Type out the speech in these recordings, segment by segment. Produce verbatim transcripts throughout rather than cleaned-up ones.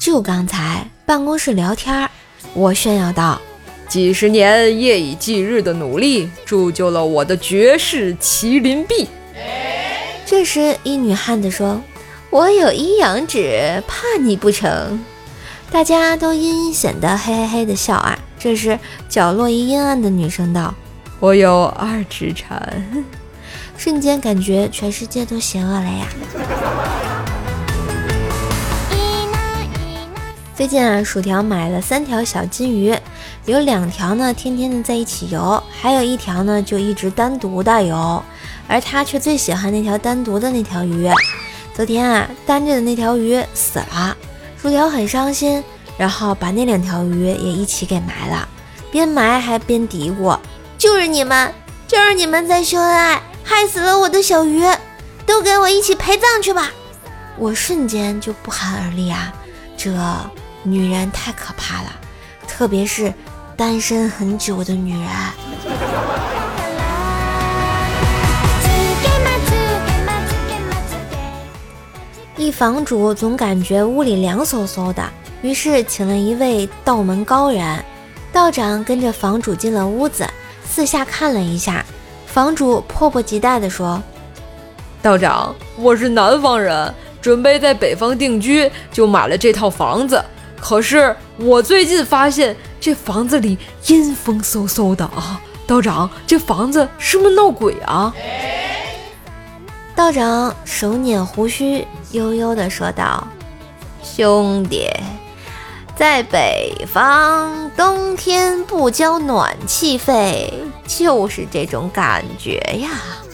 就刚才办公室聊天，我炫耀道： 几十年夜以继日的努力铸就了我的绝世麒麟臂。 这时一女汉子说：我有一阳指，怕你不成？大家都阴阴险的嘿嘿嘿的笑啊。这时角落一阴暗的女生道： 我有二指禅。 瞬间感觉全世界都邪恶了呀。最近啊，薯条买了三条小金鱼，有两条呢天天的在一起游，还有一条呢就一直单独的游，而他却最喜欢那条单独的那条鱼。昨天啊，单着的那条鱼死了，薯条很伤心，然后把那两条鱼也一起给埋了，边埋还边嘀咕：就是你们，就是你们在秀恩爱，害死了我的小鱼，都给我一起陪葬去吧。我瞬间就不寒而栗啊，这女人太可怕了，特别是单身很久的女人。一房主总感觉屋里凉飕飕的，于是请了一位道门高人。道长跟着房主进了屋子，四下看了一下，房主迫不及待地说： 道长，我是南方人，准备在北方定居，就买了这套房子。可是我最近发现这房子里阴风嗖嗖的啊！道长，这房子是不是闹鬼啊？ 道长手捻胡须，悠悠地说道：兄弟，在北方冬天不交暖气费，就是这种感觉呀。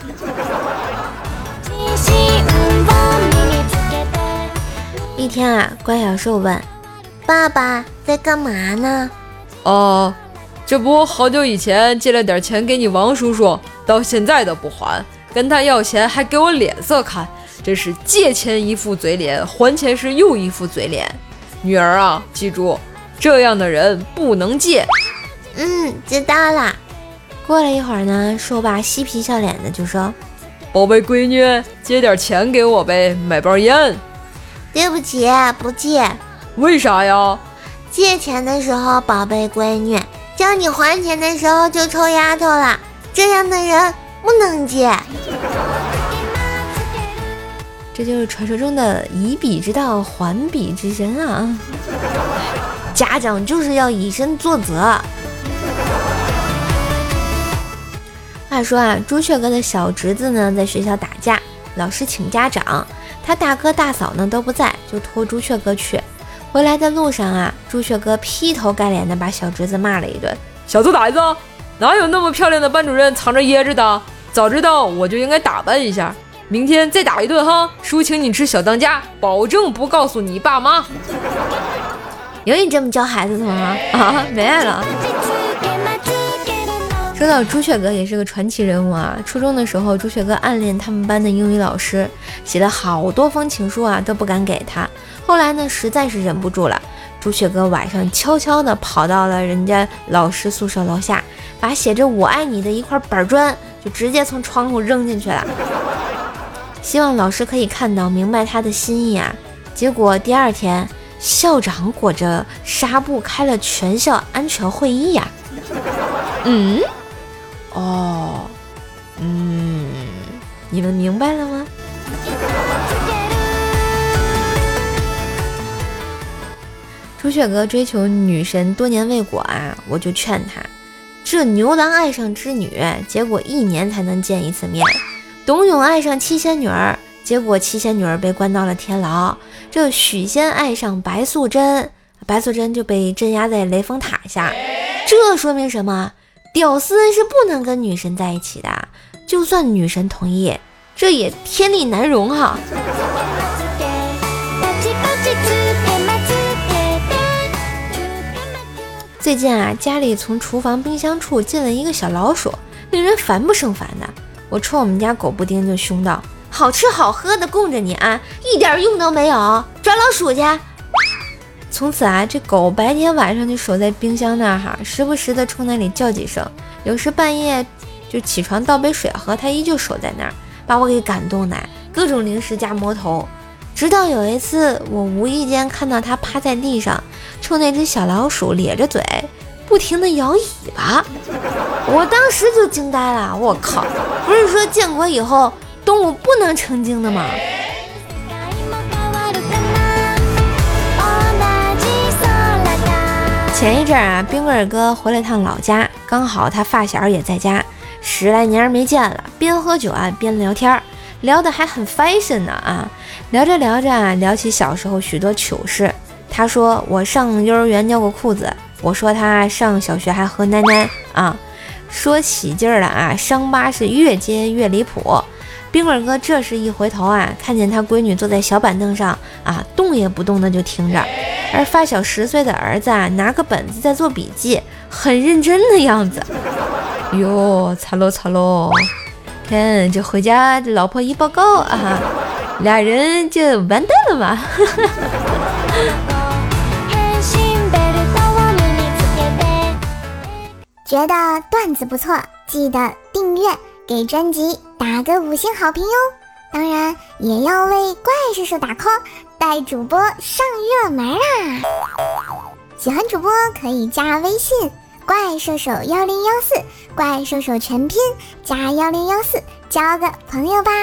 一天啊，关小兽问：爸爸在干嘛呢？ 哦，这不好久以前借了点钱给你王叔叔，到现在都不还，跟他要钱还给我脸色看，真是借钱一副嘴脸，还钱时又一副嘴脸。女儿啊，记住，这样的人不能借。 嗯，知道了。过了一会儿呢，兽爸嬉皮笑脸的就说： 宝贝闺女，借点钱给我呗，买包烟。 对不起，不借。 为啥呀？ 借钱的时候宝贝闺女，叫你还钱的时候就臭丫头了，这样的人不能借。这就是传说中的以彼之道还彼之身啊！家长就是要以身作则。话说啊，朱雀哥的小侄子呢在学校打架，老师请家长，他大哥大嫂呢都不在，就托朱雀哥去。回来的路上啊，朱雀哥劈头盖脸的把小侄子骂了一顿： 小兔崽子，哪有那么漂亮的班主任藏着掖着的？早知道我就应该打扮一下，明天再打一顿哈，叔请你吃小当家，保证不告诉你爸妈。 有你这么教孩子的吗？啊，没爱了。说到朱雀哥也是个传奇人物啊，初中的时候朱雀哥暗恋他们班的英语老师，写了好多封情书啊，都不敢给他。后来呢，实在是忍不住了，朱雀哥晚上悄悄地跑到了人家老师宿舍楼下，把写着我爱你的一块板砖就直接从窗户扔进去了，希望老师可以看到明白他的心意啊。结果第二天校长裹着纱布开了全校安全会议呀、啊、嗯哦嗯你们明白了吗？朱雀哥追求女神多年未果啊，我就劝他，这牛郎爱上织女，结果一年才能见一次面；董永爱上七仙女儿，结果七仙女儿被关到了天牢；这许仙爱上白素贞，白素贞就被镇压在雷峰塔下。这说明什么？屌丝是不能跟女神在一起的，就算女神同意，这也天理难容哈。最近啊，家里从厨房冰箱处进了一个小老鼠，令人烦不胜烦的。我冲我们家狗布丁就凶道：好吃好喝的供着你啊，一点用都没有，抓老鼠去！从此啊，这狗白天晚上就守在冰箱那儿哈，时不时的冲那里叫几声，有时半夜就起床倒杯水喝，它依旧守在那儿，把我给感动的，各种零食加魔头。 直到有一次，我无意间看到他趴在地上，冲那只小老鼠咧着嘴，不停地摇尾巴。我当时就惊呆了，我靠！不是说建国以后动物不能成精的吗？前一阵啊，冰棍儿哥回了趟老家，刚好他发小也在家，十来年没见了，边喝酒啊边聊天，聊得还很 fashion 呢啊！聊着聊着啊，聊起小时候许多糗事。他说我上幼儿园尿过裤子，我说他上小学还喝奶奶啊。说起劲儿了啊，伤疤是越接越离谱。冰棍哥这时一回头啊，看见他闺女坐在小板凳上啊，动也不动的就听着，而发小十岁的儿子啊，拿个本子在做笔记，很认真的样子。哟，惨喽惨喽！看这回家这老婆一报告啊，俩人就完蛋了嘛。 觉得段子不错，记得订阅，给专辑打个五星好评哟！当然也要为怪兽手打 call， 带主播上热门啦！喜欢主播可以加微信怪兽手幺零幺四，怪兽手全拼加幺零幺四，交个朋友吧。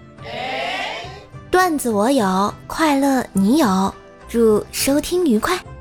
段子我有，快乐你有，祝收听愉快。